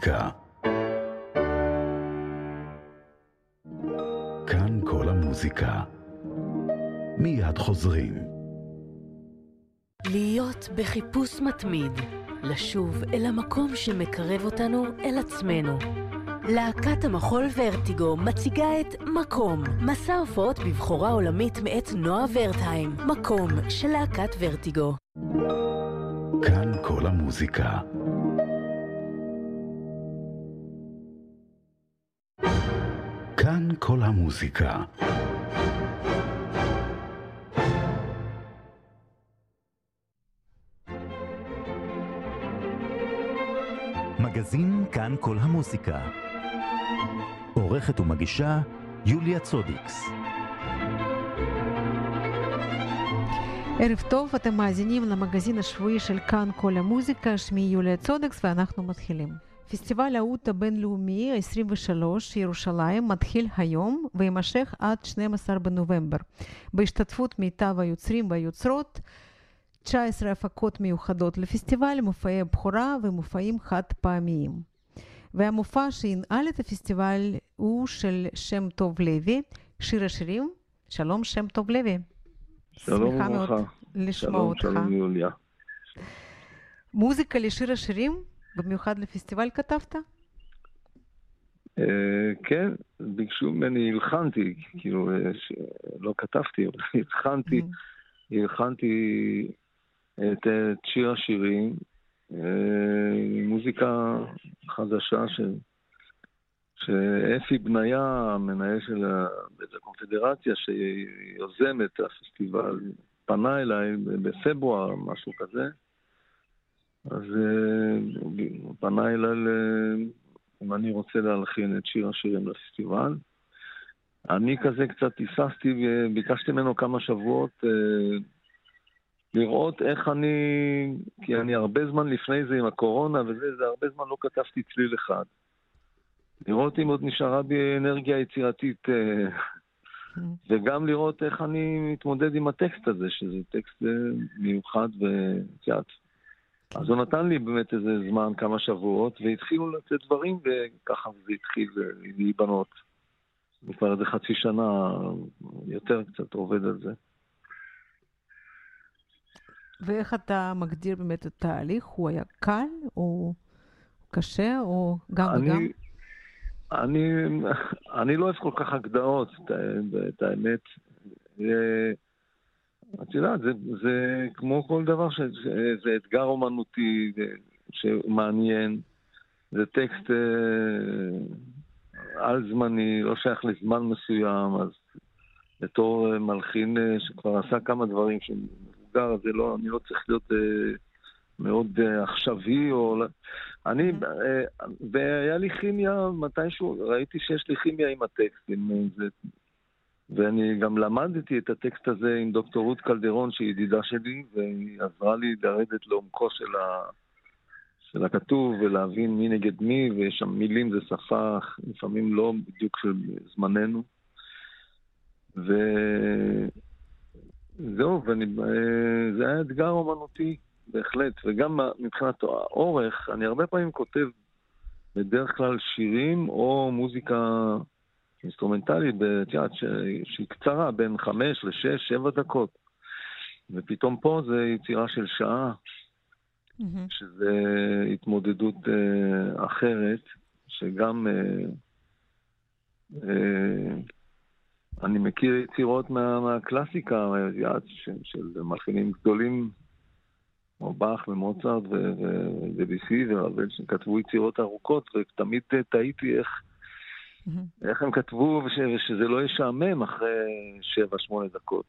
המוזיקה. כאן כל המוזיקה. מיד חוזרים. להיות בחיפוש מתמיד, לשוב אל המקום שמקרב אותנו אל עצמנו. להקת המחול ורטיגו מציגה את מקום, מסע הופעות בבחורה עולמית מאת נועה ורטהיים, מקום של להקת ורטיגו. כאן כל המוזיקה. כאן כל המוזיקה. מגזין כאן כל המוזיקה. עורכת ומגישה יוליה צודיקס. ערב טוב, אתם מאזינים למגזין השבועי של כאן כל המוזיקה, שמי יוליה צודיקס ואנחנו מתחילים. פסטיבל האות הבינלאומי 23 ירושלים מתחיל היום וימשך עד 12 בנובמבר. בהשתתפות מיטב היוצרים והיוצרות, 19 הפקות מיוחדות לפסטיבל, מופעי בחורה ומופעים חד פעמיים. והמופע שינעל את הפסטיבל הוא של שם טוב לוי, שיר השירים. שלום שם טוב לוי. שלום שמחה מאוד לשמוע אותך. שלום יוליה. מוזיקה לשיר השירים, במיוחד לפסטיבל כתבת? כן, ביקשו ממני, הלחנתי, כאילו לא כתבתי, אבל הלחנתי את שיר השירים, מוזיקה חדשה שאפי בניה, המנהל של הקונפדרציה שיוזם את הפסטיבל, פנה אליי בפברואר, משהו כזה. אז הוא פנה אליי אם אני רוצה להלחין את שיר השירים לפסטיבל. אני כזה קצת היססתי וביקשתי ממנו כמה שבועות לראות איך כי אני הרבה זמן לפני זה עם הקורונה וזה הרבה זמן לא כתבתי צליל אחד. לראות אם עוד נשארה בי אנרגיה יצירתית וגם לראות איך אני מתמודד עם הטקסט הזה, שזה טקסט מיוחד וקצת. אז הוא נתן לי באמת איזה זמן, כמה שבועות, והתחילו לצאת דברים וככה זה התחיל להיבנות. כבר איזה חצי שנה יותר קצת עובד על זה. ואיך אתה מגדיר באמת את התהליך? הוא היה קל או קשה או גם וגם? אני לא אוהב כל כך הגדרות, את האמת. את יודעת, זה כמו כל דבר, זה אתגר אומנותי שמעניין, זה טקסט על זמני, לא שייך לזמן מסוים, אז בתור מלחין שכבר עשה כמה דברים שמבוגר, אז אני לא צריך להיות מאוד עכשווי, והיה לי כימיה, מתישהו ראיתי שיש לי כימיה עם הטקסט, ואני גם למדתי את הטקסט הזה עם דוקטור רות קלדרון, שהיא ידידה שלי, והיא עזרה לי לרדת לעומקו של הכתוב, ולהבין מי נגד מי, ויש שם מילים, זה שפה, לפעמים לא בדיוק של זמננו. וזהו, זה היה אתגר אומנותי, בהחלט, וגם מבחינת האורך, אני הרבה פעמים כותב בדרך כלל שירים או מוזיקה אינסטרומנטלית, שהיא קצרה, בין 5 ל-6, 7 דקות. ופתאום פה זה יצירה של שעה, שזה התמודדות אחרת, שגם אני מכיר יצירות מהקלאסיקה, של מלחינים גדולים, כמו באך ומוצרט ודביסי ורבל, שכתבו יצירות ארוכות, ותמיד תהיתי איך הם כתבו, ושזה לא ישעמם אחרי 7-8 דקות.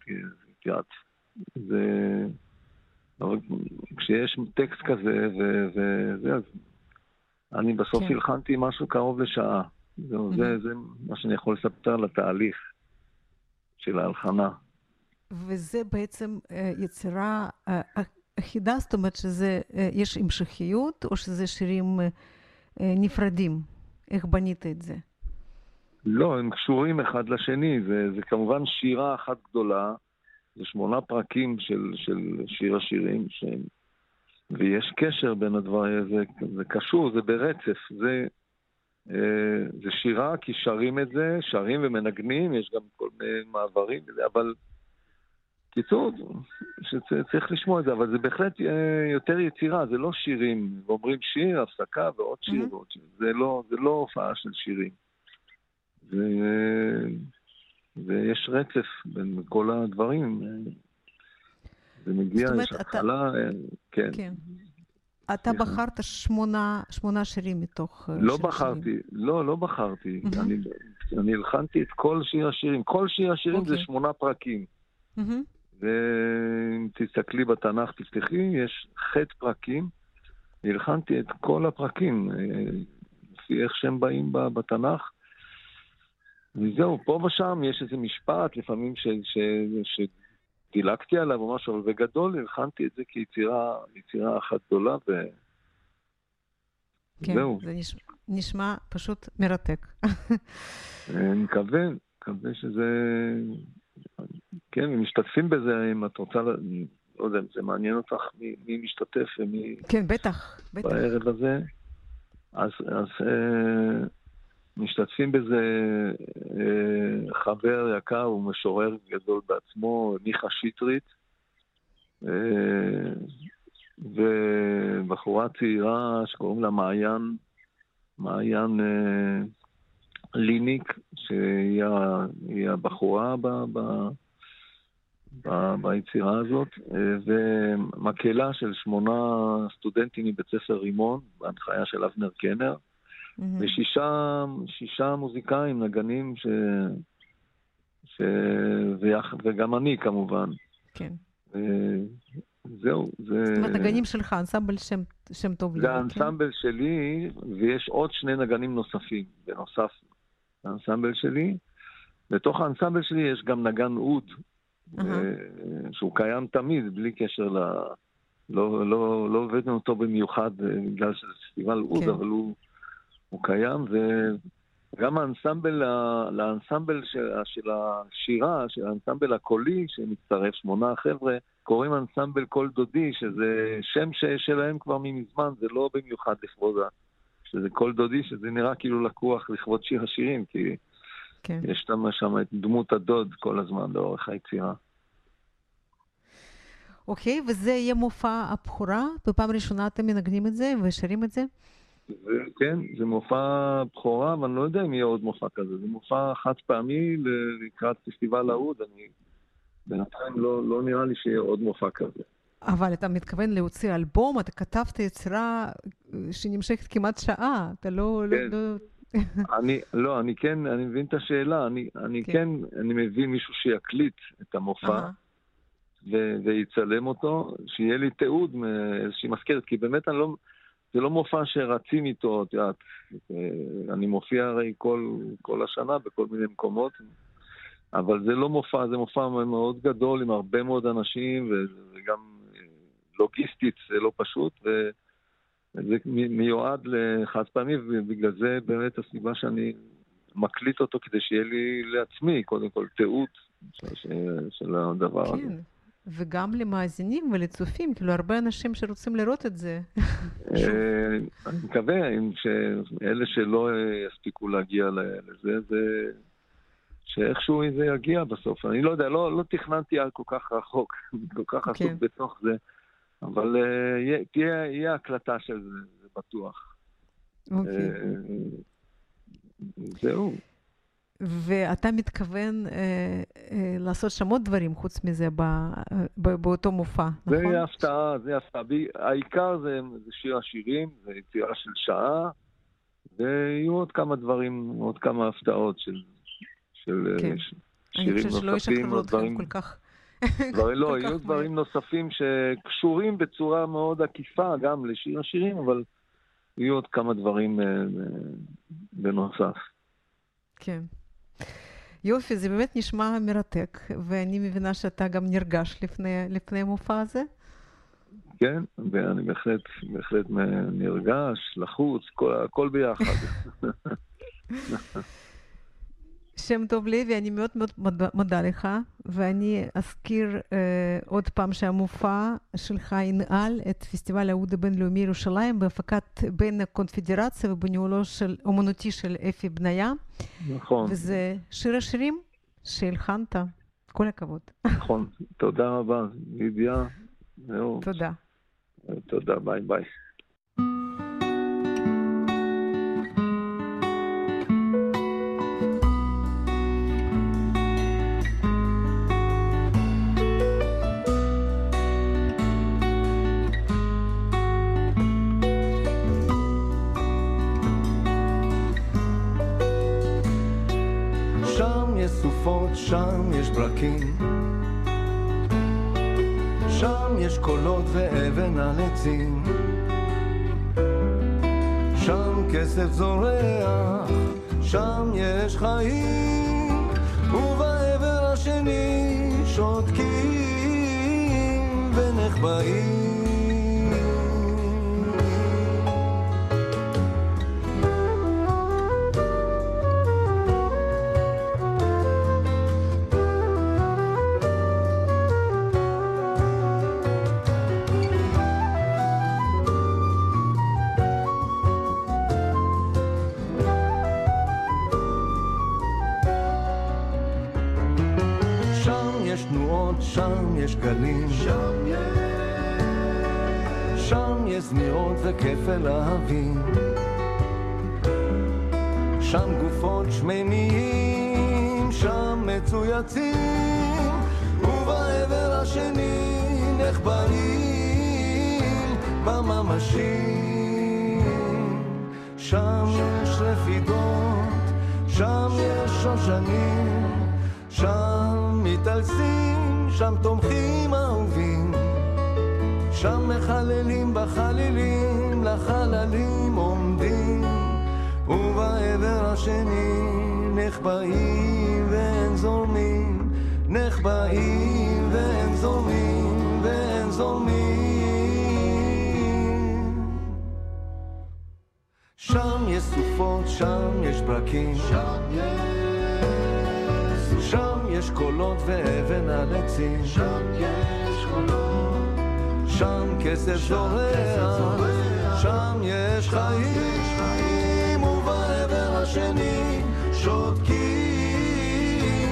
כשיש טקסט כזה, אז אני בסוף הלחנתי משהו קרוב לשעה. זה מה שאני יכול לספר לתהליך של ההלחנה. וזה בעצם יצירה אחידה, זאת אומרת שיש המשכיות, או שזה שירים נפרדים? איך בנית את זה? לא, הם קשורים אחד לשני, זה כמובן שירה אחת גדולה, זה 8 פרקים של שיר השירים, ויש קשר בין הדברים, זה קשור, זה ברצף, זה שירה, כי שרים את זה, שרים ומנגנים, יש גם כל מיני מעברים, אבל קיצור, שצריך לשמוע את זה, אבל זה בהחלט יותר יצירה, זה לא שירים, ואומרים שיר, הפסקה ועוד שיר ועוד שיר, זה לא הופעה של שירים. ויש רצף בין כל הדברים, זה מגיע, יש התחלה, כן. אתה בחרת 8 שירים מתוך... לא בחרתי. אני הלחנתי את כל שיר השירים. כל שיר השירים זה 8 פרקים. ואם תסתכלי בתנ"ך, תפתחי, יש ח' פרקים. הלחנתי את כל הפרקים, לפי איך שהם באים בתנ"ך. וזהו, פה ושם יש איזה משפט, לפעמים דילגתי עליו או משהו, אבל בגדול הלחנתי את זה כיצירה אחת גדולה, וזהו. כן, זה נשמע פשוט מרתק. אני מקווה שזה... כן, הם משתתפים בזה, אם את רוצה, לא יודע, זה מעניין אותך מי משתתף ומי... כן, בטח. בערב הזה. אז משתתפים בזה חבר יקר, הוא משורר גדול בעצמו, מיכה שטרית, ובחורה צעירה שקוראים לה מעיין ליניק, שהיא הבחורה ביצירה הזאת, ומקהלה של 8 סטודנטים מבית ספר רימון, בהנחיה של אבנר קנר, ושישה מוזיקאים, נגנים, וגם אני כמובן. כן. זהו. זאת אומרת, נגנים שלך, אנסמבל שם טוב. זה האנסמבל שלי, ויש עוד 2 נגנים נוספים, בנוסף לאנסמבל שלי. בתוך האנסמבל שלי יש גם נגן אוד, שהוא קיים תמיד, בלי קשר לא הבאנו אותו במיוחד בגלל שזה פסטיבל אוד, אבל הוא קיים, וגם לאנסמבל של השירה, של האנסמבל הקולי, שמצטרף 8 חבר'ה, קוראים אנסמבל קול דודי, שזה שם שלהם כבר ממזמן, זה לא במיוחד לכבוד, שזה קול דודי, שזה נראה כאילו לקוח לכבוד שיר השירים, כי יש שם את דמות הדוד כל הזמן לאורך היצירה. אוקיי, וזה יהיה מופע הבכורה? בפעם ראשונה אתם מנגנים את זה ושרים את זה? כן, זה מופע בכורה, אבל אני לא יודע אם יהיה עוד מופע כזה. זה מופע חד פעמי לקראת פסטיבל האוד. בינתיים לא נראה לי שיהיה עוד מופע כזה. אבל אתה מתכוון להוציא אלבום, אתה כתבת יצירה שנמשכת כמעט שעה, אתה לא... אני מבין את השאלה, אני מבין מישהו שיקליט את המופע, ויצלם אותו, שיהיה לי תיעוד מאיזושהי מזכרת, כי באמת זה לא מופע שרצים איתו, אני מופיע הרי כל השנה בכל מיני מקומות, אבל זה לא מופע, זה מופע מאוד גדול עם הרבה מאוד אנשים, וגם לוגיסטית זה לא פשוט, וזה מיועד לחד פעמי, ובגלל זה באמת הסיבה שאני מקליט אותו כדי שיהיה לי לעצמי, קודם כל תיעוד של הדבר הזה. כן, וגם למאזינים ולצופים, כאילו הרבה אנשים שרוצים לראות את זה. אני מקווה שאלה שלא יספיקו להגיע לזה, זה... שאיכשהו זה יגיע בסוף. אני לא יודע, לא תכננתי על כל כך רחוק, כל כך עסוק בתוך זה, אבל תהיה הקלטה של זה, זה בטוח. זהו. ואתה מתכוון לעשות שם עוד דברים חוץ מזה באותו מופע, נכון? זה הפתעה. העיקר זה שיר השירים, זה יצירה של שעה, ויהיו עוד כמה דברים, עוד כמה הפתעות של אני חושבת שלא ישחררו אתכם כל כך. לא, יהיו דברים נוספים שקשורים בצורה מאוד עקיפה גם לשיר השירים, אבל יהיו עוד כמה דברים בנוסף. כן. יופי, זה באמת נשמע מרתק, ואני מבינה שאתה גם נרגש לפני המופע הזה. כן, ואני בהחלט נרגש, לחוץ, הכל ביחד. שם טוב לוי, אני מאוד מאוד מודה לך, ואני אזכיר עוד פעם שהמופע שלך ינעל את פסטיבל העוד הבינלאומי ירושלים בהפקת בין הקונפדרציה ובניהולו אומנותי של אפי בניה. נכון. וזה שיר השירים שהלחנת. כל הכבוד. נכון. תודה רבה, לידיה. תודה. תודה, ביי ביי. שם יש ברקים, שם יש קולות ואבן על עצים, שם כסף זורח, שם יש חיים, ובעבר השני שותקים ונחבאים. שם יש גלים, שם יש זמירות וכפל אהבים, שם גופות שמניים, שם מצויצים, ובעבר השני נחבאים בממשים. שם יש רפידות, שם יש שושנים, שם מתעלסים, שם תומכים אהובים, שם מחללים בחלילים, לחללים עומדים, ובעבר השני נחבאים ואין זורמים, נחבאים ואין זורמים ואין זורמים. שם יש סופות, שם יש ברקים, שם יש קולות ואבן על עצים, שם יש קולות, שם כסף זורח, שם יש חיים, ובעבר השני שותקים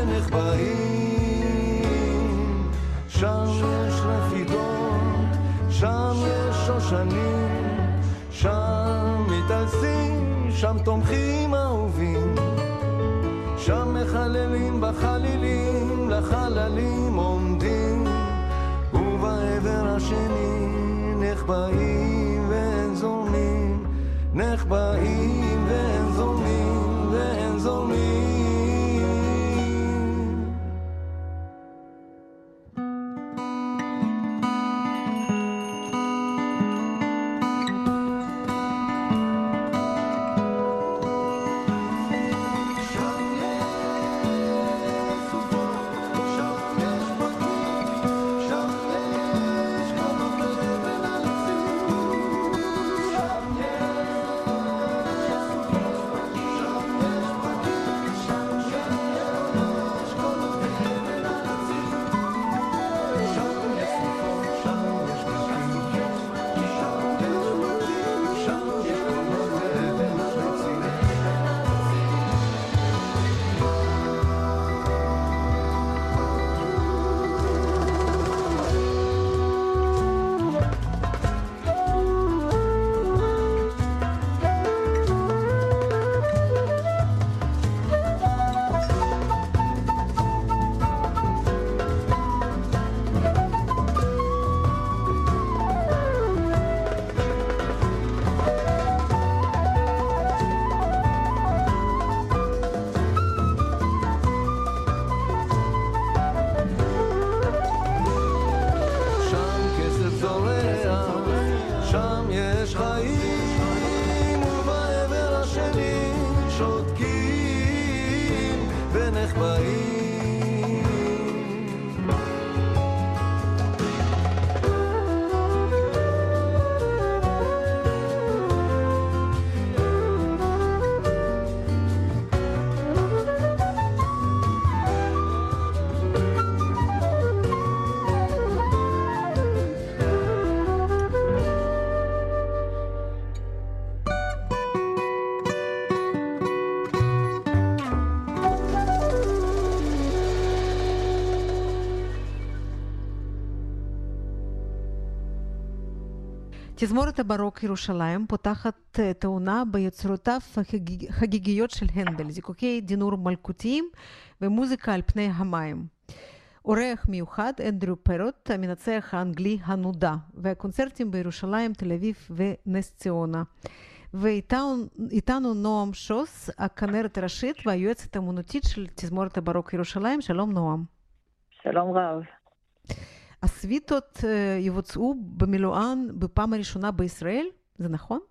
ונחבאים. שם יש רפידות, שם יש שושנים, שם מתעלסים, שם תומכים אהובים, שם מחללים בחלילים, לחללים עומדים, ובעבר השני נחבאים ואין זורמים, נחבאים ואין זורמים ואין זורמים. תזמורת הברוק ירושלים פותחת את העונה ביצירותיו החגיגיות של הנדל, זיקוקי דינור מלכותיים ומוזיקה על פני המים. אורח מיוחד, אנדרו פרוט, המנצח האנגלי הנודע, והקונצרטים בירושלים, תל אביב ונס ציונה. ואיתנו נועם שוס, הכנרת הראשית והיועצת האמנותית של תזמורת הברוק ירושלים. שלום נועם. שלום רב. הסוויטות יבוצעו במילואן בפעם הראשונה בישראל, זה נכון?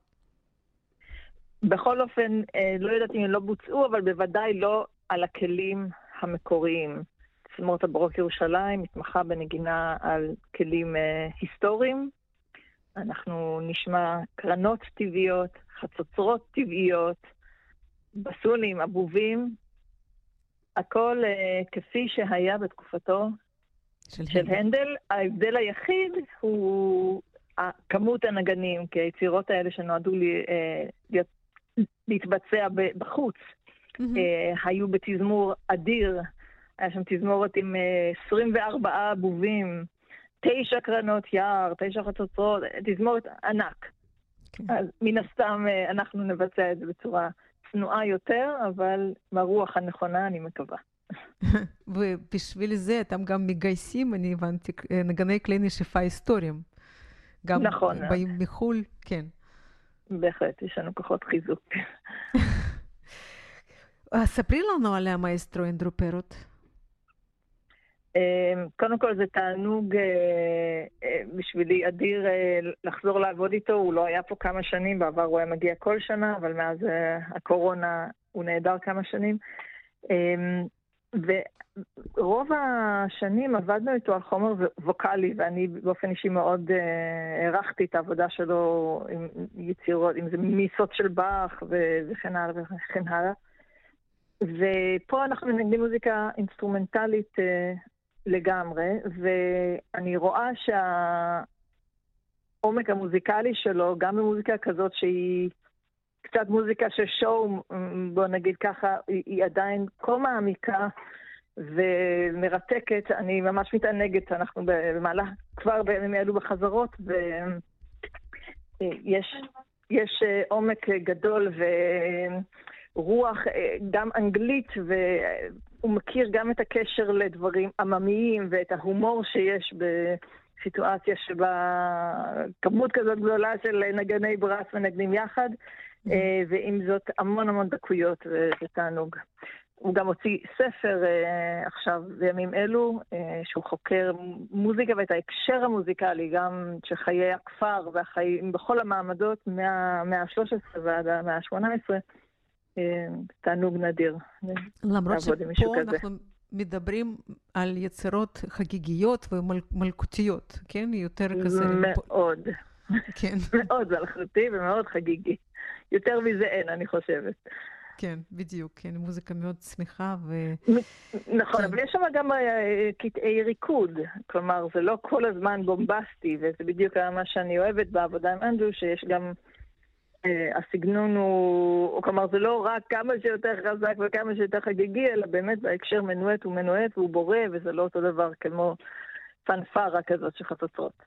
בכל אופן, לא יודעת אם הם לא בוצעו, אבל בוודאי לא על הכלים המקוריים. תזמורת הברוק ירושלים מתמחה בנגינה על כלים היסטוריים. אנחנו נשמע קרנות טבעיות, חצוצרות טבעיות, בסונים, אבובים, הכל כפי שהיה בתקופתו של הנדל. ההבדל היחיד הוא כמות הנגנים, כי היצירות האלה שנועדו להתבצע בחוץ, היו בתזמור אדיר. היה שם תזמורת עם 24 אבובים, 9 קרנות יער, 9 חצוצרות, תזמורת ענק. אז מן הסתם אנחנו נבצע את זה בצורה צנועה יותר, אבל ברוח הנכונה אני מקווה. ובשביל זה אתם גם מגייסים, אני הבנתי, נגני כלי נשיפה היסטוריים. גם נכון. באים מחול, כן. בהחלט, יש לנו כוחות חיזוק. ספרי לנו על המאסטרו אנדרו פרוט. קודם כל זה תענוג בשבילי אדיר לחזור לעבוד איתו. הוא לא היה פה כמה שנים, בעבר הוא היה מגיע כל שנה, אבל מאז הקורונה הוא נהדר כמה שנים. ורוב השנים עבדנו איתו על חומר ווקלי, ואני באופן אישי מאוד הערכתי את העבודה שלו עם יצירות, אם זה מיסות של באך וכן הלאה וכן הלאה. ופה אנחנו מנגנים מוזיקה אינסטרומנטלית לגמרי, ואני רואה שהעומק המוזיקלי שלו, גם במוזיקה כזאת שהיא קצת מוזיקה של שואו, בוא נגיד ככה, היא עדיין כה מעמיקה ומרתקת. אני ממש מתענגת, אנחנו במהלך כבר בימים אלו בחזרות, ויש עומק גדול ורוח גם אנגלית, והוא מכיר גם את הקשר לדברים עממיים ואת ההומור שיש בסיטואציה שבה כמות כזאת גדולה של נגני ברס ונגנים יחד, ועם זאת המון המון דקויות, וזה תענוג. הוא גם הוציא ספר עכשיו בימים אלו, שהוא חוקר מוזיקה ואת ההקשר המוזיקלי, גם של חיי הכפר והחיים בכל המעמדות, מהמאה ה-13 ועד המאה ה-18, תענוג נדיר. למרות שפה אנחנו מדברים על יצירות חגיגיות ומלכותיות, כן? יותר כזה... מאוד. כן. מאוד מלכותי ומאוד חגיגי. יותר מזה אין, אני חושבת. כן, בדיוק, כן, מוזיקה מאוד שמחה נכון, אבל יש שם גם קטעי ריקוד, כלומר, זה לא כל הזמן בומבסטי, וזה בדיוק מה שאני אוהבת בעבודה עם אנדרו, שיש גם, הסגנון הוא, כלומר, זה לא רק כמה שיותר חזק וכמה שיותר חגיגי, אלא באמת בהקשר מנואט הוא מנואט והוא בורא, וזה לא אותו דבר כמו פנפרה כזאת שחצוצרות.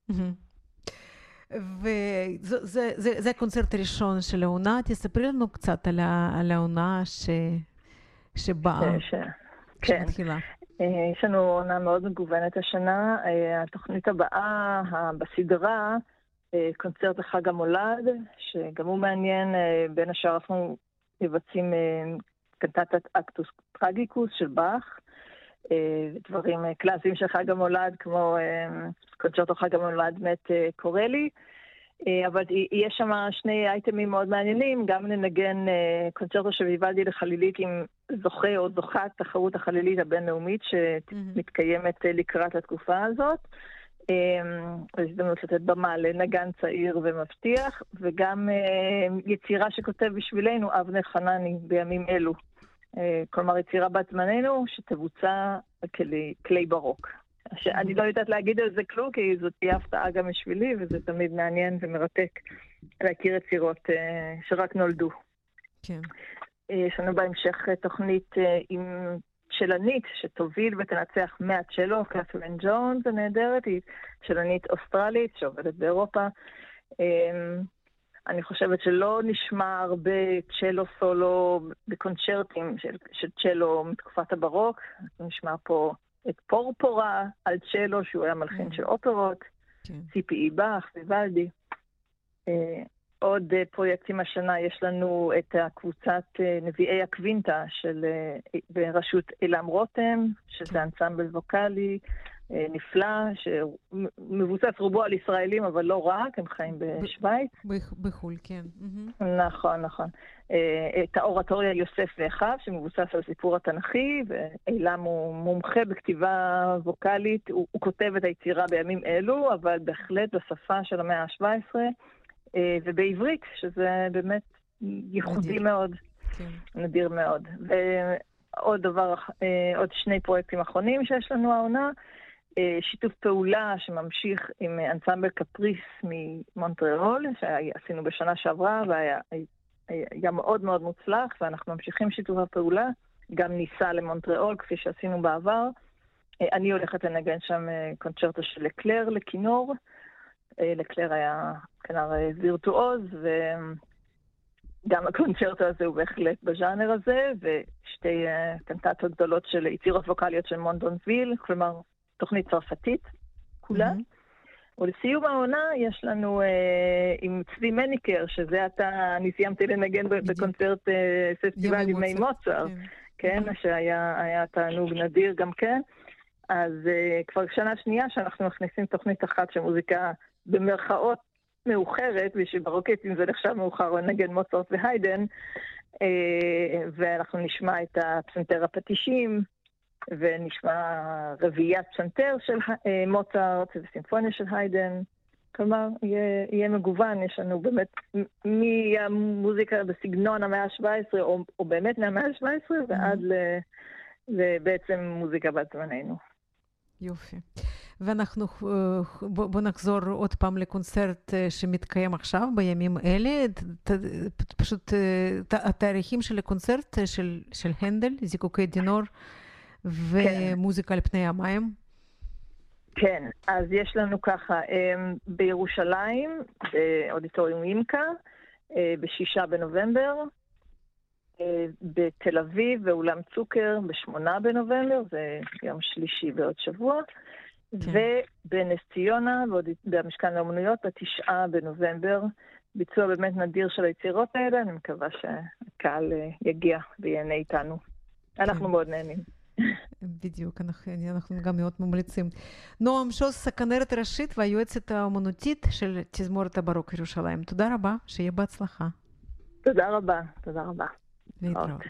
וזה הקונצרט הראשון של העונה. תספרי לנו קצת על העונה שבאה, שמתחילה. יש לנו עונה מאוד מגוונת השנה. התוכנית הבאה בסדרה, קונצרט לחג המולד, שגם הוא מעניין. בין השאר אנחנו מבצעים קנטטת אקטוס טרגיקוס של באך, דברים קלאסיים של חג המולד, כמו קונצ'רטו חג המולד מת קורלי, אבל יש שם שני אייטמים מאוד מעניינים, גם לנגן קונצ'רטו של ויוולדי לחלילית עם זוכה או זוכת תחרות החלילית הבינלאומית שמתקיימת לקראת התקופה הזאת, הזדמנות לתת במה לנגן צעיר ומבטיח, וגם יצירה שכותב בשבילנו אבנר חנני בימים אלו, כלומר יצירה בת זמננו שתבוצע כלי ברוק. אני לא יודעת להגיד על זה כלום, כי זאת תהיה הפתעה גם בשבילי, וזה תמיד מעניין ומרתק להכיר יצירות שרק נולדו. כן. יש לנו בהמשך תוכנית עם צ'לנית שתוביל ותנצח מהצ'לו, קת'רין ג'ונס הנהדרת, היא צ'לנית אוסטרלית שעובדת באירופה, אני חושבת שלא נשמע הרבה צ'לו סולו בקונצ'רטים של צ'לו מתקופת הברוק. נשמע פה את פורפורה על צ'לו, שהוא היה מלחין של אופרות, ציפי באך ויוולדי. עוד פרויקטים השנה יש לנו את הקבוצת נביאי הקווינטה בראשות אילם רותם, שזה אנסמבל ווקלי נפלא, שמבוסס רובו על ישראלים, אבל לא רק, הם חיים בשוויץ. בחול, כן. נכון, נכון. את האורטוריה יוסף ואחיו, שמבוסס על סיפור התנ"כי, ואילם הוא מומחה בכתיבה ווקלית, הוא כותב את היצירה בימים אלו, אבל בהחלט בשפה של המאה ה-17, ובעברית, שזה באמת ייחודי מאוד, נדיר מאוד. ועוד שני פרויקטים אחרונים שיש לנו העונה, שיתוף פעולה שממשיך עם אנסמבל קפריס ממונטריאול, שעשינו בשנה שעברה, והיה מאוד מאוד מוצלח, ואנחנו ממשיכים שיתוף הפעולה, גם ניסה למונטריאול, כפי שעשינו בעבר. אני הולכת לנגן שם קונצ'רטו של לקלר לכינור, לקלר היה כנר וירטואוז, וגם הקונצ'רטו הזה הוא בהחלט בז'אנר הזה, ושתי קנטטות גדולות של יצירות ווקליות של מונדונוויל, כלומר תוכנית צרפתית כולה. ולסיום העונה יש לנו עם צבי מניקר, שזה אני סיימתי לנגן בקונצרט פסטיבל ימי מוצרט, כן, שהיה תענוג נדיר גם כן. אז כבר שנה שנייה שאנחנו מכניסים תוכנית אחת של מוזיקה במרכאות מאוחרת, ושברוקטים זה נחשב מאוחר, נגן מוצרט והיידן, ואנחנו נשמע את הפסנתר הפטישים, ונשמע רביעיית פסנתר של מוצרט וסימפוניה של היידן. כלומר, יהיה מגוון, יש לנו באמת מהמוזיקה בסגנון המאה ה-17, או באמת מהמאה ה-17, ועד בעצם מוזיקה בת זמננו. יופי. ואנחנו, בוא נחזור עוד פעם לקונצרט שמתקיים עכשיו, בימים אלה. פשוט התאריכים של הקונצרט של הנדל, זיקוקי דינור, ומוזיקה על פני המים. כן, אז יש לנו ככה, בירושלים, באודיטוריום אימקה, ב6 בנובמבר, בתל אביב, באולם צוקר, ב8 בנובמבר, זה יום שלישי בעוד שבוע, ובנס ציונה, במשכן לאמנויות, ב9 בנובמבר, ביצוע באמת נדיר של היצירות האלה, אני מקווה שהקהל יגיע ויהנה איתנו. אנחנו מאוד נהנים. בדיוק, אנחנו גם מאוד ממליצים. נועם שוס, הכנרת הראשית והיועצת האמנותית של תזמורת הברוק ירושלים. תודה רבה, שיהיה בהצלחה. תודה רבה, תודה רבה. להתראות.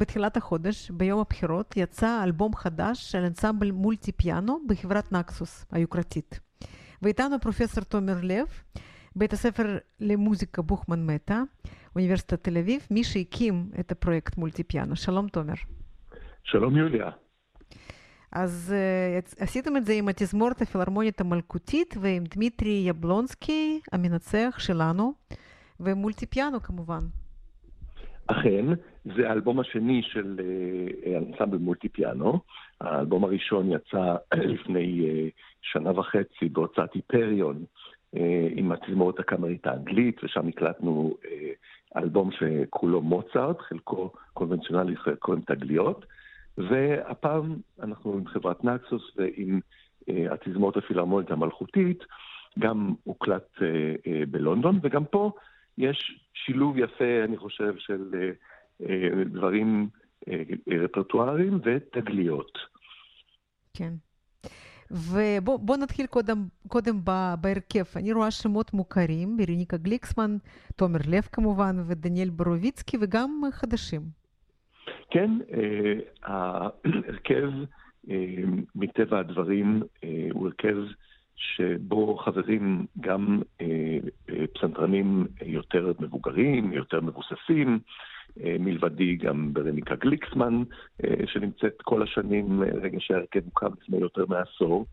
בתחילת החודש, ביום הבחירות, יצא אלבום חדש של אנסמבל מולטי פיאנו בחברת נקסוס היוקרתית. ואיתנו פרופסור תומר לב, בית הספר למוזיקה בוכמן מטה, אוניברסיטת תל אביב, מי שהקים את הפרויקט מולטי פיאנו. שלום תומר. שלום יוליה. אז עשיתם את זה עם התזמורת הפילהרמונית המלכותית ועם דמיטרי יבלונסקי, המנצח שלנו, ומולטי פיאנו כמובן. אכן, זה האלבום השני של אנסמבל מולטי פיאנו. האלבום הראשון יצא לפני שנה וחצי בהוצאת היפריון עם התזמורת הקאמרית האנגלית, ושם הקלטנו אלבום שכולו מוצרט, חלקו קונבנציונלי, חלקו עם תגליות. והפעם אנחנו עם חברת נקסוס ועם התזמורת הפילהרמונית המלכותית, גם הוקלט בלונדון, וגם פה יש שילוב יפה, אני חושב, של דברים רפרטואריים ותגליות. כן. ובוא נתחיל קודם בהרכב. אני רואה שמות מוכרים, ברניקה גליקסמן, תומר לב כמובן, ודניאל בורוביצקי, וגם חדשים. כן, ההרכב מטבע הדברים הוא הרכב שבו חברים גם פסנתרנים יותר מבוגרים, יותר מבוססים, מלבדי גם ברניקה גליקסמן, שנמצאת כל השנים, רגע שההרכב הוקם לפני יותר מעשור.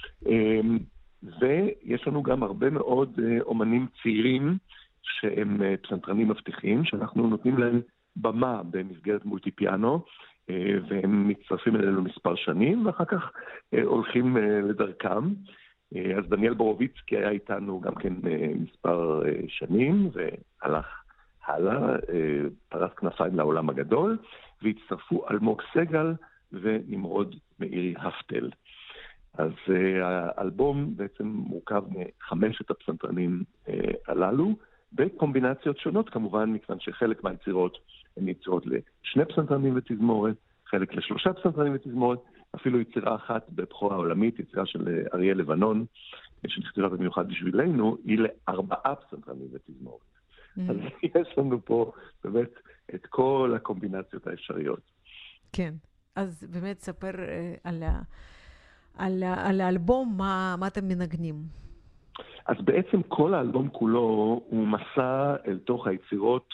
ויש לנו גם הרבה מאוד אומנים צעירים שהם פסנתרנים מבטיחים, שאנחנו נותנים להם במה במסגרת מולטי פיאנו, והם מצטרפים אלינו מספר שנים, ואחר כך הולכים לדרכם. אז דניאל בורוביצקי היה איתנו גם כן מספר שנים, והלך הלאה, פרס כנפיים לעולם הגדול, והצטרפו אלמוג סגל ונמרוד מאירי הפטל. אז האלבום בעצם מורכב מחמשת הפסנתרנים הללו, בקומבינציות שונות כמובן, מכיוון שחלק מהיצירות הן יצירות לשני פסנתרנים ותזמורת, חלק לשלושה פסנתרנים ותזמורת, אפילו יצירה אחת בבכורה העולמית, יצירה של אריה לבנון, שנכתבה במיוחד בשבילנו, היא לארבעה פסנתרנים ותזמורת. אז יש לנו פה באמת את כל הקומבינציות האפשריות. כן, אז באמת ספר על האלבום, מה אתם מנגנים? אז בעצם כל האלבום כולו הוא מסע אל תוך היצירות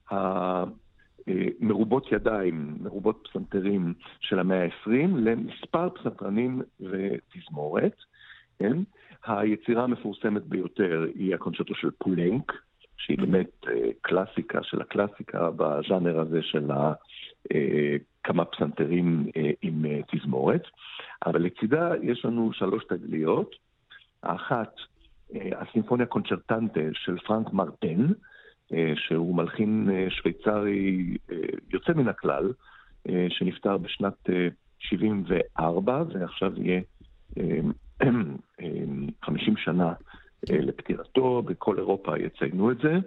מרובות ידיים, מרובות פסנתרים של המאה ה-20, למספר פסנתרנים ותזמורת. כן? היצירה המפורסמת ביותר היא הקונצ'רטו של פולנק, שהיא באמת קלאסיקה של הקלאסיקה בז'אנר הזה של כמה פסנתרים עם תזמורת. אבל לצידה יש לנו 3 תגליות. האחת, הסימפוניה קונצ'רטנטה של פרנק מרטן, שהוא מלחין שוויצרי יוצא מן הכלל, שנפטר בשנת 74, ועכשיו יהיה 50 שנה לפטירתו, בכל אירופה יציינו את זה.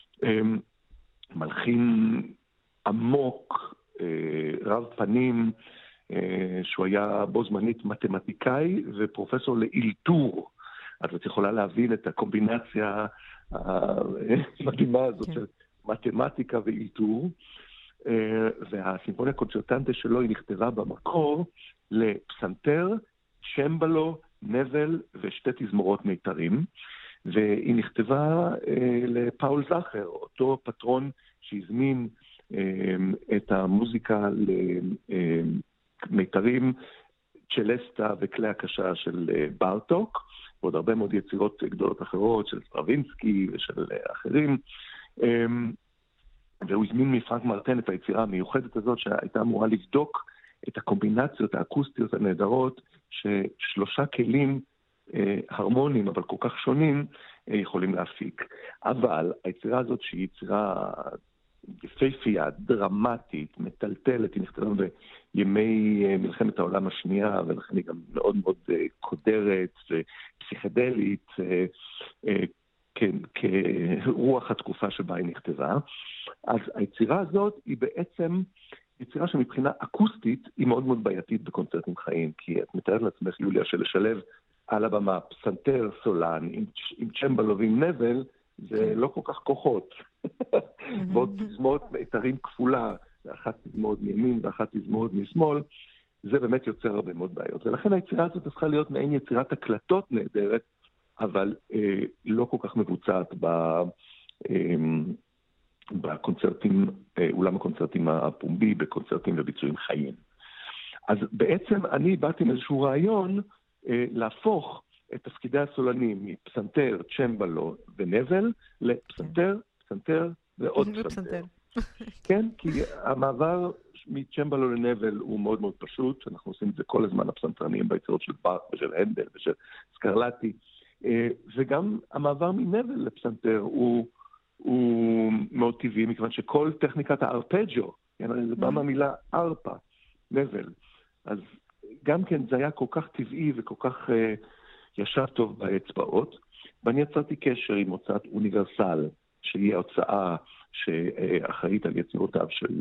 מלחין עמוק, רב פנים, שהוא היה בו זמנית מתמטיקאי ופרופסור לאילתור. אז את יכולה להבין את הקומבינציה המדהימה הזאת של מתמטיקה ואילתור. והסימפוניה קונצ'רטנטה שלו היא נכתבה במקור לפסנתר, צ'מבלו, נבל ושתי תזמורות מיתרים. והיא נכתבה לפאול זכר, אותו פטרון שהזמין את המוזיקה למיתרים, צ'לסטה וכלי הקשה של בארטוק, ועוד הרבה מאוד יצירות גדולות אחרות של סטרווינסקי ושל אחרים. והוא הזמין מפרנק מרטן את היצירה המיוחדת הזאת, שהייתה אמורה לבדוק את הקומבינציות האקוסטיות הנהדרות, ששלושה כלים הרמוניים, אבל כל כך שונים, יכולים להפיק. אבל היצירה הזאת, שהיא יצירה יפהפייה, דרמטית, מטלטלת, היא נכתבה בימי מלחמת העולם השנייה, ולכן היא גם מאוד מאוד קודרת ופסיכדלית, כרוח התקופה שבה היא נכתבה. אז היצירה הזאת היא בעצם יצירה שמבחינה אקוסטית היא מאוד מאוד בעייתית בקונצרטים חיים, כי את מתארת לעצמך, יוליה, שלשלב על הבמה פסנתר סולן עם צ'מבלו ועם נבל, זה לא כל כך כוחות. ועוד תזמורת מיתרים כפולה ואחת תזמורת מימין ואחת תזמורת משמאל, זה באמת יוצר הרבה מאוד בעיות. ולכן היצירה הזאת צריכה להיות מעין יצירת הקלטות נהדרת, אבל לא כל כך מבוצעת בקונצרטים, אולם הקונצרטים הפומבי, בקונצרטים וביצועים חיים. אז בעצם אני באתי עם איזשהו רעיון להפוך את תפקידי הסולנים מפסנתר, צ'מבלו ונבל, לפסנתר, פסנתר ועוד פסנתר. כן, כי המעבר מצ'מבלו לנבל הוא מאוד מאוד פשוט, אנחנו עושים את זה כל הזמן הפסנתרנים ביצירות של באך ושל הנדל ושל סקרלטי, וגם המעבר מנבל לפסנתר הוא מאוד טבעי, מכיוון שכל טכניקת הארפג'ו, זה בא מהמילה ארפה, נבל, אז גם כן זה היה כל כך טבעי וכל כך ישב טוב באצבעות, ואני יצרתי קשר עם הוצאת אוניברסל, שהיא ההוצאה שאחראית על יצירותיו של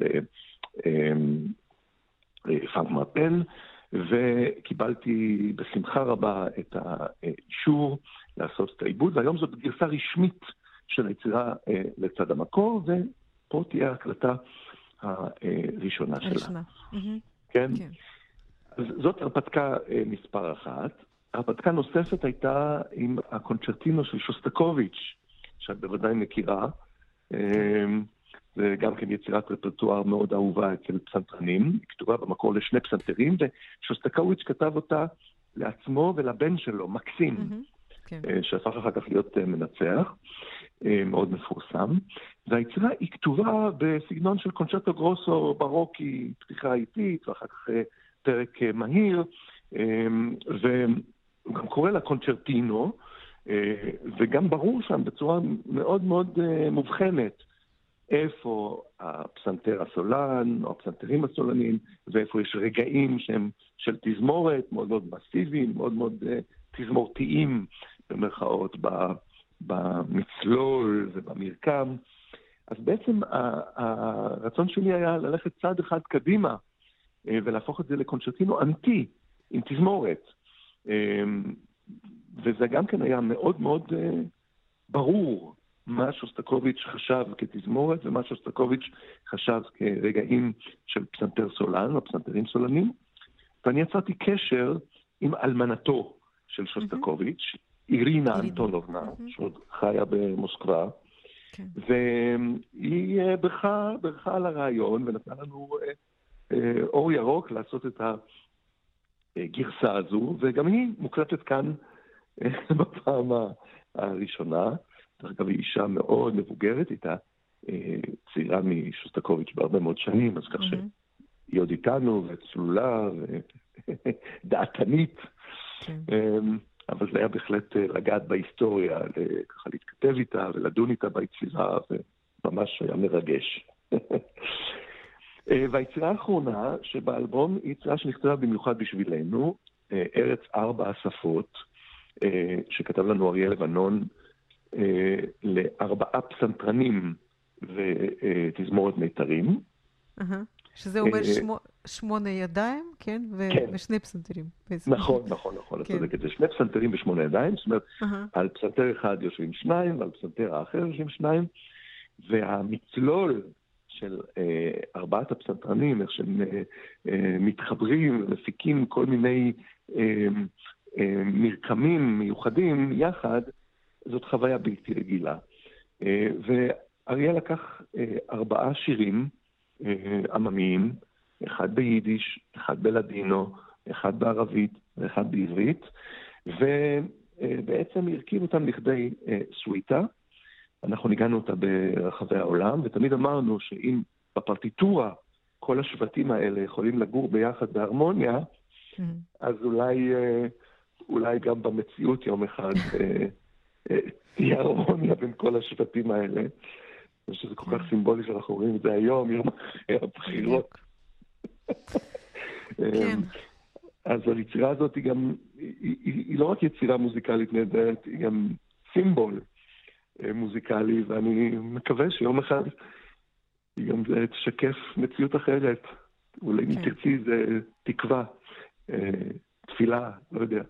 פרנק מרפל, וקיבלתי בשמחה רבה את האישור לעשות את העיבוד, והיום זאת גרסה רשמית של היצירה לצד המקור, ופה תהיה ההקלטה הראשונה שלה. כן? אז זאת הרפתקה מספר אחת. הרפתקה נוספת הייתה עם הקונצ'רטינו של שוסטקוביץ', שאת בוודאי מכירה, זה גם כן יצירת רפרטואר מאוד אהובה אצל פסנתרנים, היא כתובה במקור לשני פסנתרים, ושוסטקוביץ' כתב אותה לעצמו ולבן שלו, מקסים, שהפך אחר כך להיות מנצח, מאוד מפורסם, והיצירה היא כתובה בסגנון של קונצ'רטו גרוסו ברוקי, פתיחה איטית, ואחר כך פרק מהיר, והוא גם קורא לה קונצ'רטינו, וגם ברור שם בצורה מאוד מאוד מובחנת, איפה הפסנתר הסולן, או הפסנתרים הסולנים, ואיפה יש רגעים שהם של תזמורת, מאוד מאוד מסיביים, מאוד מאוד תזמורתיים, במרכאות, במצלול ובמרקם. אז בעצם הרצון שלי היה ללכת צעד אחד קדימה, ולהפוך את זה לקונצ'רטינו אמיתי, עם תזמורת. וזה גם כן היה מאוד מאוד ברור מה שוסטקוביץ' חשב כתזמורת, ומה שוסטקוביץ' חשב כרגעים של פסנתר סולן, או פסנתרים סולנים. ואני יצרתי קשר עם אלמנתו של שוסטקוביץ', אירינה אנטונובנה, שעוד חיה במוסקבה, והיא ברכה על הרעיון, ונתנה לנו אור ירוק לעשות את הגרסה הזו, וגם היא מוקלטת כאן בפעם הראשונה. דרך אגב, היא אישה מאוד מבוגרת, הייתה צעירה משוסטקוביץ' בהרבה מאוד שנים, אז כך שהיא עוד איתנו, וצלולה, ודעתנית, אבל זה היה בהחלט לגעת בהיסטוריה, ככה להתכתב איתה ולדון איתה ביצירה, וממש היה מרגש. והיצירה האחרונה שבאלבום היא יצירה שנכתבה במיוחד בשבילנו, ארץ 4 השפות, שכתב לנו אריה לבנון, ל4 פסנתרנים ותזמורת מיתרים. שזה אומר 8 ידיים, כן? ושני פסנתרים. נכון, את צודקת. זה 2 פסנתרים ו8 ידיים, זאת אומרת, על פסנתר אחד יושבים 2, ועל פסנתר האחר יושבים 2, והמצלול של 4 הפסנתרנים, איך שהם מתחברים ומפיקים כל מיני מרקמים מיוחדים יחד, זאת חוויה בלתי רגילה. ואריה לקח 4 שירים עממיים, אחד ביידיש, אחד בלדינו, אחד בערבית ואחד בעברית, ובעצם הרכיב אותם לכדי סוויטה. אנחנו ניגענו אותה ברחבי העולם, ותמיד אמרנו שאם בפרטיטורה כל השבטים האלה יכולים לגור ביחד בהרמוניה, אז אולי גם במציאות יום אחד תהיה הרמוניה בין כל השבטים האלה. שזה כל כך סימבולי שאנחנו רואים את זה היום, יום הבחירות. אז היצירה הזאת היא לא רק יצירה מוזיקלית נהדרת, היא גם סימבול מוזיקלי, ואני מקווה שיום אחד היא גם תשקף מציאות אחרת. אולי אם תרצי זה תקווה, תפילה, לא יודע.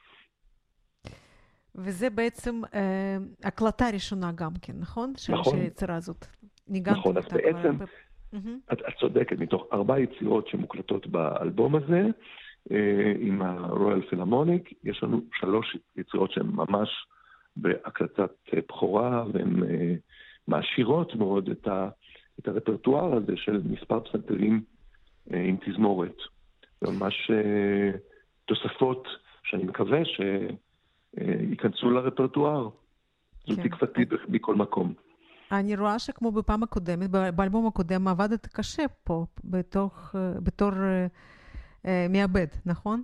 וזה בעצם הקלטה ראשונה גם כן, נכון? נכון. של היצירה הזאת. נכון, אז בעצם את צודקת, מתוך 4 יצירות שמוקלטות באלבום הזה, עם הרויאל פילהרמוניק, יש לנו 3 יצירות שהן ממש בהקלטת בכורה, והן מעשירות מאוד את הרפרטואר הזה של מספר פסנתרים עם תזמורת. זה ממש תוספות שאני מקווה שייכנסו לרפרטואר. זו תקוותי בכל מקום. אני רואה שכמו בפעם הקודמת, באלבום הקודם עבדת קשה פה, בתור מעבד, נכון?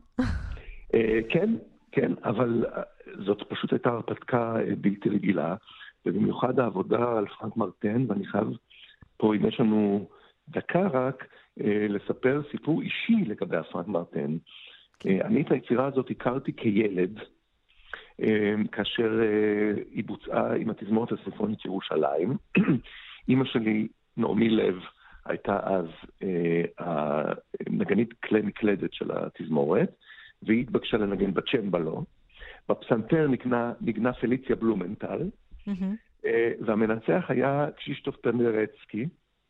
כן, אבל זאת פשוט הייתה הרפתקה בלתי רגילה, ובמיוחד העבודה על פרנק מרטן, ואני חייב פה, אם יש לנו דקה רק, לספר סיפור אישי לגבי פרנק מרטן. אני את היצירה הזאת הכרתי כילד, כאשר היא בוצעה עם התזמורת הסימפונית ירושלים. אמא שלי, נעמי לב, הייתה אז הנגנית כלי מקלדת של התזמורת, והיא התבקשה לנגן בצ'מבלו. בפסנתר נגנה פליציה בלומנטל, והמנצח היה קשישטוף פנדרצקי.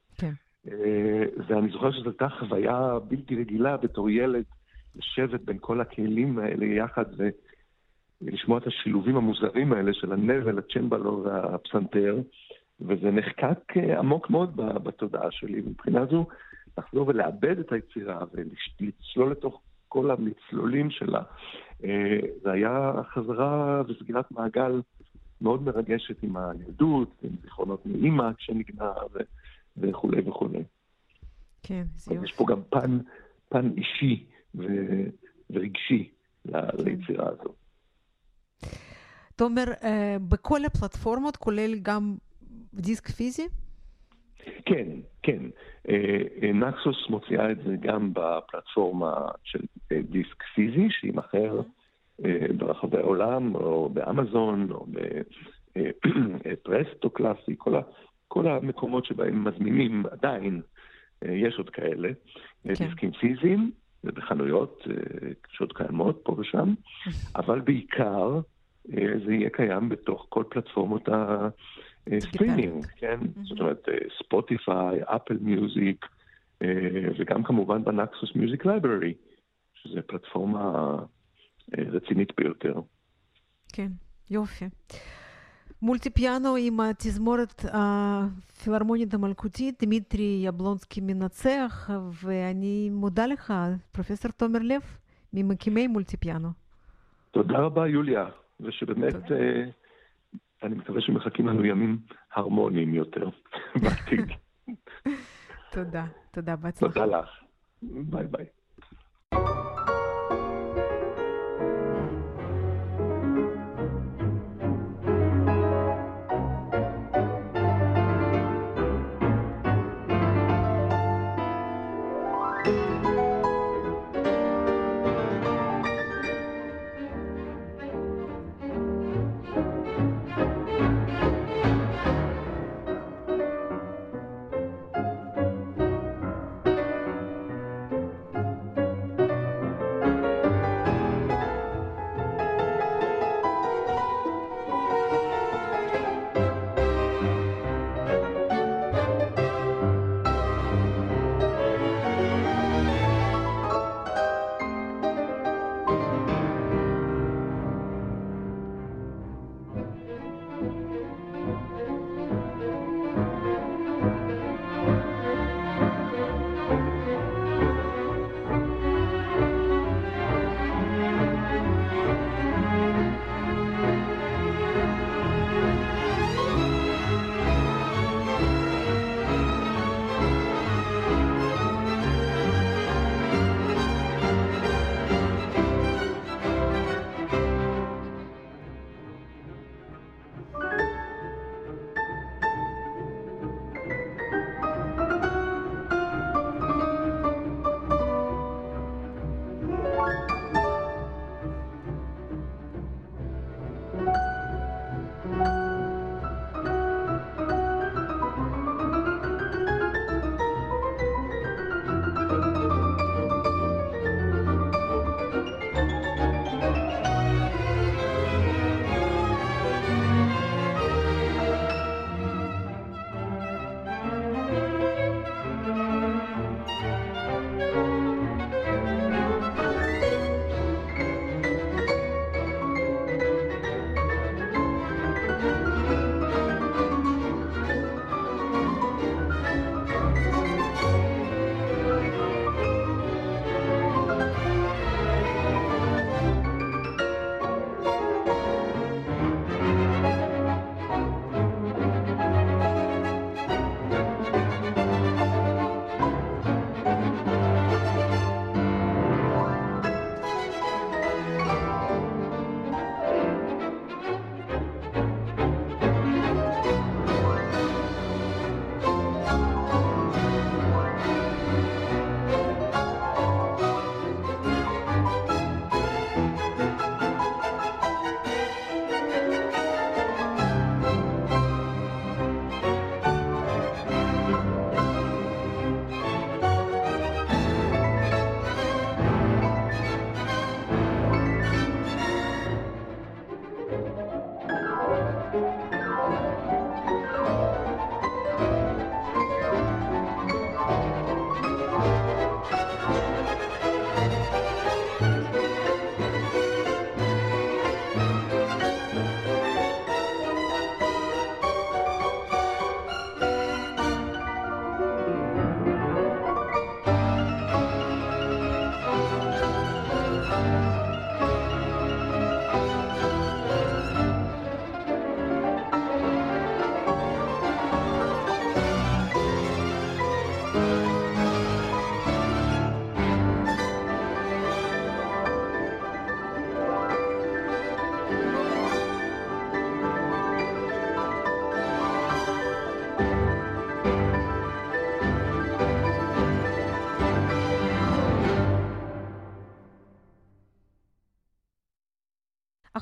ואני זוכר שזו הייתה חוויה בלתי רגילה בתור ילד, לשבת בין כל הכלים האלה יחד ולשמוע את השילובים המוזרים האלה של הנבל, הצ'מבלו והפסנתר, וזה נחקק עמוק מאוד בתודעה שלי. מבחינה זו, לחזור ולאבד את היצירה ולצלול לתוך כל המצלולים שלה, זה היה חזרה וסגירת מעגל מאוד מרגשת עם הילדות, עם זיכרונות מאמא כשנגנה וכו' וכו'. כן, זה יופי. יש פה גם פן אישי ורגשי ליצירה הזו. תומר, בכל הפלטפורמות, כולל גם דיסק פיזי? כן. נקסוס מוציאה את זה גם בפלטפורמה של דיסק פיזי, שהיא מחר ברחבי העולם, או באמזון, או בפרסטו קלאסי, כל המקומות שבהם מזמינים עדיין, יש עוד כאלה, דיסקים פיזיים, ובחנויות שעוד קיימות פה ושם, אבל בעיקר זה יהיה קיים בתוך כל פלטפורמות הסטרימינג, כן? זאת אומרת, ספוטיפיי, אפל מיוזיק, וגם כמובן בנקסוס מיוזיק לייבררי, שזה פלטפורמה רצינית ביותר. כן, יופי. מולטי פיאנו עם התזמורת הפילהרמונית המלכותית, דמיטרי יבלונסקי מנצח, ואני מודה לך, פרופסור תומר לב, ממקימי מולטי פיאנו. תודה רבה, יוליה, ושבאמת אני מקווה שמחכים לנו ימים הרמוניים יותר בעתיד. תודה, בהצלחה. תודה לך. ביי ביי.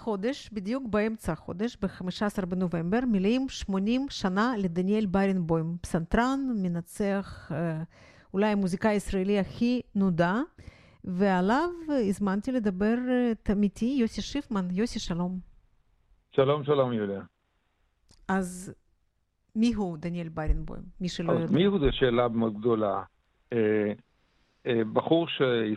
החודש, בדיוק באמצע החודש, ב-15 בנובמבר, מילאים 80 שנה לדניאל ברנבוים, פסנתרן, מנצח, אולי המוזיקאי הישראלי הכי נודע, ועליו הזמנתי לדבר תמיתי יוסי שיפמן. יוסי, שלום. שלום, שלום, יוליה. אז מי הוא דניאל ברנבוים? מי שלא יודע. אז מי הוא? זו שאלה מאוד גדולה. בחור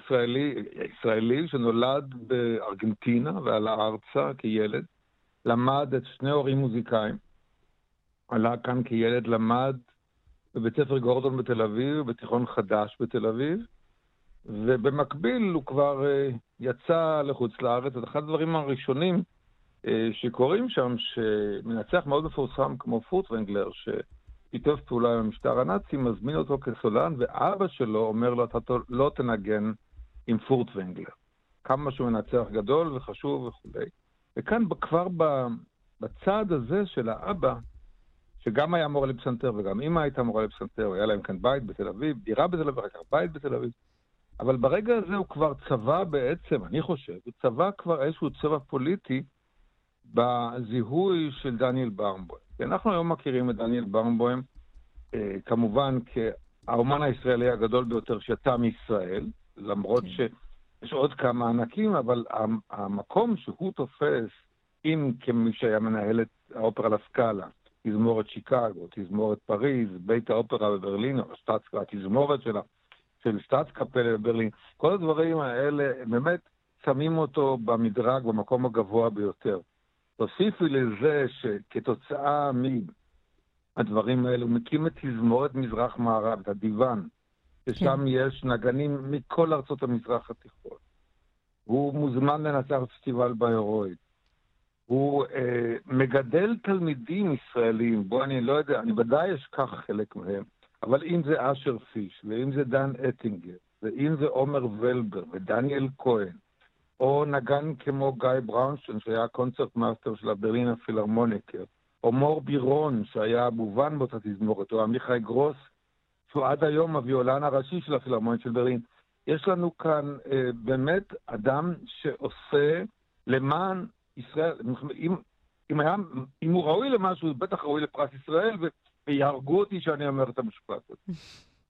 ישראלי שנולד בארגנטינה ועלה ארצה כילד, למד את שני הורים מוזיקאים, עלה כאן כילד, למד בבית ספר גורדון בתל אביב, בתיכון חדש בתל אביב, ובמקביל הוא כבר יצא לחוץ לארץ. את אחד הדברים הראשונים שקוראים שם, שמנצח מאוד מפורסם כמו פורטוונגלר, שפיתף פעולה עם המשטר הנאצי, מזמין אותו כסולן, ואבא שלו אומר לו, אתה לא תנגן עם פורטוונגלר. כמה שהוא מנצח גדול וחשוב וכו'. וכאן כבר בצד הזה של האבא, שגם היה מורה לפסנתר וגם אמא הייתה מורה לפסנתר, היה להם כאן בית בתל אביב, דירה בתל אביב, אחר כך בית בתל אביב. אבל ברגע הזה הוא כבר צבא בעצם, אני חושב, הוא צבא כבר איזשהו צבא פוליטי בזיהוי של דניאל ברנבוים. אנחנו היום מכירים את דניאל ברנבוים כמובן כאומן הישראלי הגדול ביותר שיצא מישראל, למרות שיש עוד כמה ענקים, אבל המקום שהוא תופס, אם כמי שהיה מנהל את האופרה לסקאלה, תזמורת שיקגו, תזמורת פריז, בית האופרה בברלין, התזמורת של שטאטסקפלה בברלין, כל הדברים האלה באמת שמים אותו במדרג, במקום הגבוה ביותר. תוסיפי לזה שכתוצאה מהדברים האלה, הוא מקים את תזמורת מזרח מערב, את הדיוון, ששם יש נגנים מכל ארצות המזרח התיכון. הוא מוזמן לנצח פסטיבל בהירואית. הוא מגדל תלמידים ישראלים, בוא אני לא יודע, אני ודאי אשכח חלק מהם, אבל אם זה אשר פיש, ואם זה דן אטינגר, ואם זה עומר ולבר, ודניאל כהן, או נגן כמו גיא בראונשטיין, שהיה הקונצרט מאסטר של הברלין הפילהרמוניקר, או מור בירון, שהיה מובן באותה תזמורת, או עמיחי גרוס, שהוא עד היום הוויולן הראשי של הפילהרמונית של ברלין. יש לנו כאן באמת אדם שעושה למען ישראל, אם הוא ראוי למשהו, בטח ראוי לפרס ישראל, ויהרגו אותי שאני אומר את המשפט הזה.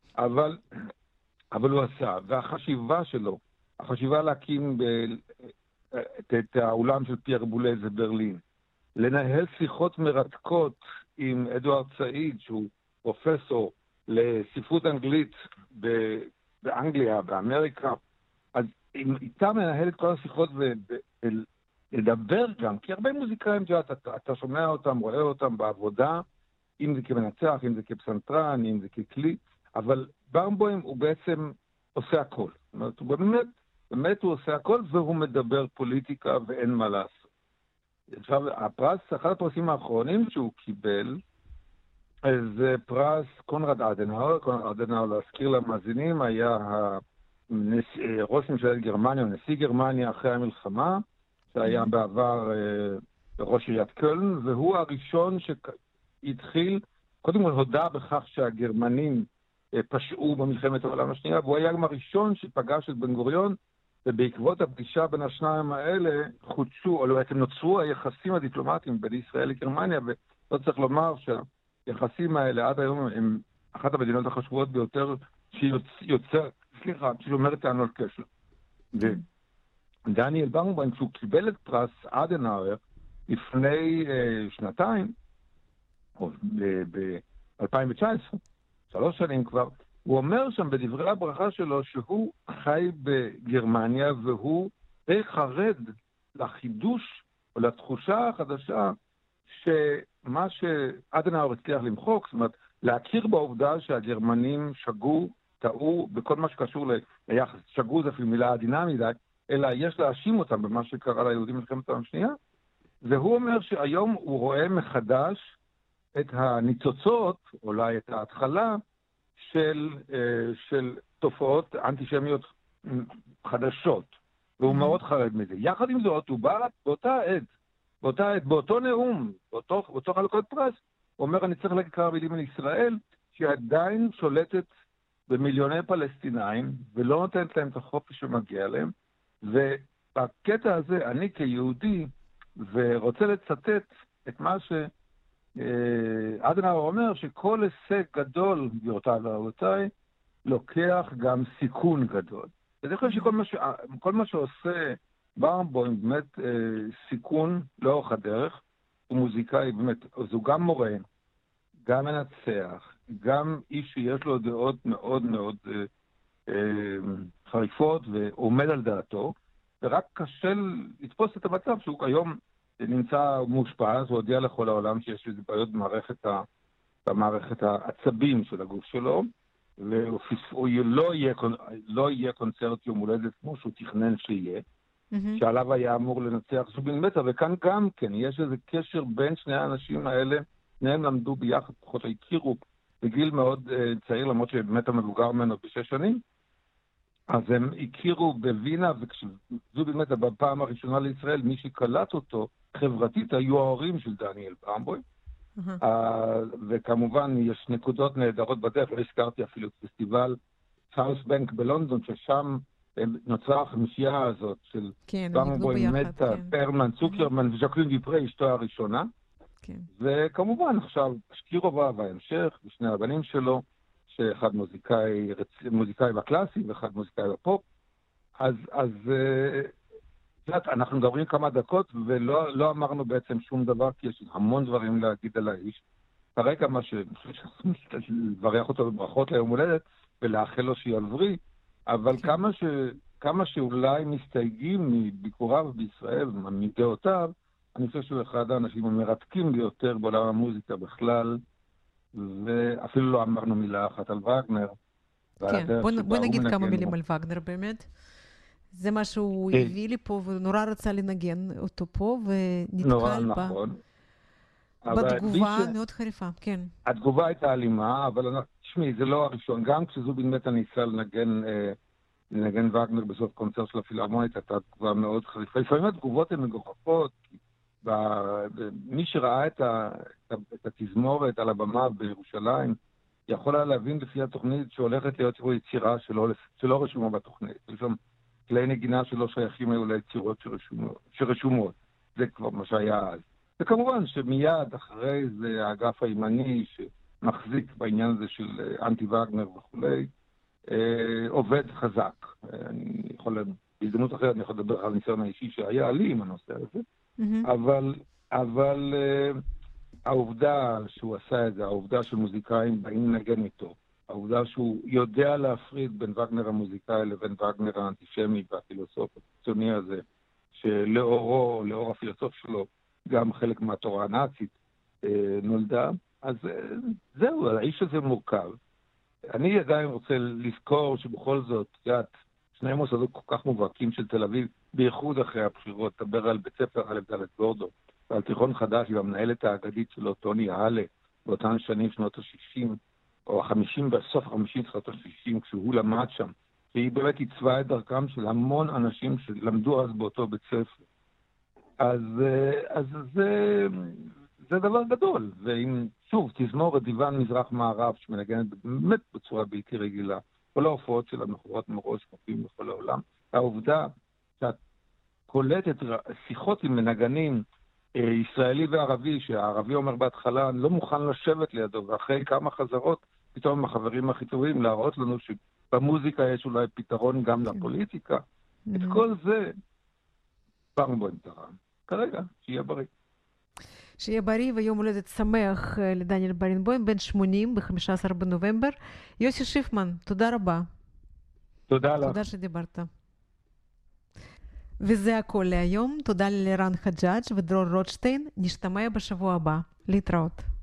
אבל הוא עשה, והחשיבה שלו, החשיבה להקים את האולם של פייר בולז בברלין, לנהל שיחות מרתקות עם אדוארד סעיד, שהוא פרופסור לספרות אנגלית באנגליה, באמריקה, אז איתה מנהל את כל השיחות ולדבר גם, כי הרבה מוזיקאים, אתה שומע אותם, רואה אותם בעבודה, אם זה כמנצח, אם זה כפסנתרן, אם זה ככלי, אבל ברנבוים הוא בעצם עושה הכל. זאת אומרת, הוא באמת הוא עושה הכל, והוא מדבר פוליטיקה ואין מה לעשות. עכשיו, אחד הפרסים האחרונים שהוא קיבל, זה פרס קונרד אדנאואר. קונרד אדנאואר, להזכיר למאזינים, היה ראש ממשלת גרמניה, או נשיא גרמניה אחרי המלחמה, שהיה בעבר ראש עיריית קולן, והוא הראשון שהתחיל, קודם כל הודע בכך שהגרמנים פשעו במלחמת העולם השנייה, והוא היה גם הראשון שפגש את בן גוריון, ובעקבות הפגישה בין השניים האלה חודשו, או בעצם נוצרו היחסים הדיפלומטיים בין ישראל לגרמניה, ולא צריך לומר שהיחסים האלה עד היום הם אחת המדינות החשובות ביותר שאומרת טענו על קשר. ודניאל ברנבוים, כשהוא קיבל את פרס אדנאואר לפני שנתיים, או ב-2019, 3 שנים כבר, הוא אומר שם בדברי הברכה שלו שהוא חי בגרמניה והוא די חרד לחידוש או לתחושה החדשה שמה שאדנאואר הצליח למחוק, זאת אומרת להכיר בעובדה שהגרמנים שגו, טעו בכל מה שקשור ליחס, שגו זה אפילו מילה עדינה מדי, אלא יש להאשים אותם במה שקרה ליהודים במלחמת העולם השנייה, והוא אומר שהיום הוא רואה מחדש את הניצוצות, אולי את ההתחלה, של תופעות אנטישמיות חדשות, והוא מאוד חרד מזה. יחד עם זאת, הוא בא באותה עת, באותו נאום, באותו חלוקות פרס, הוא אומר, אני צריך להגיד כמה מילים על ישראל, שהיא עדיין שולטת במיליוני פלסטינאים, ולא נותנת להם את החופש שמגיע להם, ובקטע הזה, אני כיהודי, ורוצה לצטט את מה אדנאואר אומר, שכל הישג גדול, גבירותיי ורבותיי, לוקח גם סיכון גדול. אני חושב שכל מה שעושה ברנבוים באמת סיכון לאורך הדרך, הוא מוזיקאי באמת, אז הוא גם מורה, גם מנצח, גם איש שיש לו דעות מאוד מאוד חריפות ועומד על דעתו, ורק קשה לתפוס את המצב שהוא היום נמצא מושפע, הוא הודיע לכל העולם שיש איזה בעיות במערכת העצבים של הגוף שלו, והוא לא יהיה קונצרט יום הולדת כמו שהוא תכנן שיהיה, שעליו היה אמור לנצח זובין מטה, וכאן גם כן יש איזה קשר בין שני האנשים האלה, שניהם למדו ביחד, פחות הכירו בגיל מאוד צעיר, למרות שבאמת המבוגר ממנו ב6 שנים, אז הם הכירו בווינה, וכשזובין מטה בפעם הראשונה לישראל, מי שקלט אותו חברתית היו ההורים של דניאל ברנבוים, וכמובן יש נקודות נהדרות בדרך, לא הזכרתי אפילו את פסטיבל סאוס בנק בלונדון, ששם נוצרה החמישייה הזאת של ברנבוים, מטה, פרמן, צוקרמן וז'קלין דיפרי, אשתו הראשונה, וכמובן עכשיו שקירובה וההמשך, ושני הבנים שלו, שאחד מוזיקאי בקלאסי ואחד מוזיקאי בפופ, אז אנחנו מדברים כמה דקות ולא אמרנו בעצם שום דבר, כי יש המון דברים להגיד על האיש. כרגע מה לברך אותו בברכות ליום הולדת ולאחל לו שיבריא, אבל כמה שאולי מסתייגים מביקוריו בישראל, מדעותיו, אני חושב שהוא אחד האנשים המרתקים ביותר בעולם המוזיקה בכלל, ואפילו לא אמרנו מילה אחת על וגנר. כן, בוא נגיד כמה מילים על וגנר באמת. זה מה שהוא הביא לי פה, ונורא רצה לנגן אותו פה, ונתקל בתגובה מאוד חריפה, כן. התגובה הייתה אלימה, אבל תשמעי, זה לא הראשון. גם כשזובין מטה ניסה לנגן וגנר בסוף קונצרט של הפילהרמונית, הייתה תגובה מאוד חריפה. לפעמים התגובות הן מגוחכות. מי שראה את התזמורת על הבמה בירושלים, יכול היה להבין לפי התוכנית שהולכת להיות יצירה שלא רשומה בתוכנית. לפעמים כלי נגינה שלא שייכים היו ליצירות שרשומות. זה כבר מה שהיה אז. וכמובן שמיד אחרי זה האגף הימני שמחזיק בעניין הזה של אנטי וגנר וכולי, עובד חזק. בהזדמנות אחרת אני יכול לדבר על הניסיון האישי שהיה לי עם הנושא הזה, אבל העובדה שהוא עשה את זה, העובדה שמוזיקאים באים לנגן איתו, העובדה שהוא יודע להפריד בין וגנר המוזיקאי לבין וגנר האנטישמי והפילוסוף הקיצוני הזה, שלאורו, לאור הפילוסוף שלו, גם חלק מהתורה הנאצית נולדה, אז זהו, האיש הזה מורכב. אני עדיין רוצה לזכור שבכל זאת, שני מוסדות כל כך מובהקים של תל אביב, בייחוד אחרי הבחירות, דבר על בית ספר א' ד' גורדו, ועל תיכון חדש עם המנהלת האגדית שלו, טוני הלה, באותן שנים שנות ה-60, או ה-50, בסוף ה-50 שנות ה-60, כשהוא למד שם, שהיא באמת עיצבה את דרכם של המון אנשים שלמדו אז באותו בית ספר. אז זה דבר גדול, ואם שוב תזמורת דיוון מזרח מערב שמנגנת באמת בצורה בלתי רגילה, כל ההופעות של המחורות מראש מופיעים בכל העולם, העובדה שאת קולטת שיחות עם מנגנים ישראלי וערבי, שהערבי אומר בהתחלה אני לא מוכן לשבת לידו, ואחרי כמה חזרות פתאום החברים הכי טובים להראות לנו שבמוזיקה יש אולי פתרון גם לפוליטיקה. את כל זה ברנבוים תרם. כרגע, שיהיה בריא. שיהיה בריא, ויום הולדת שמח לדניאל ברנבוים, בן 80, ב-15 בנובמבר. יוסי שיפמן, תודה רבה. תודה לך. תודה שדיברת. וזה הכל להיום. תודה ללירן חג'אג' ודרור רוטשטיין. נשתמע בשבוע הבא. להתראות.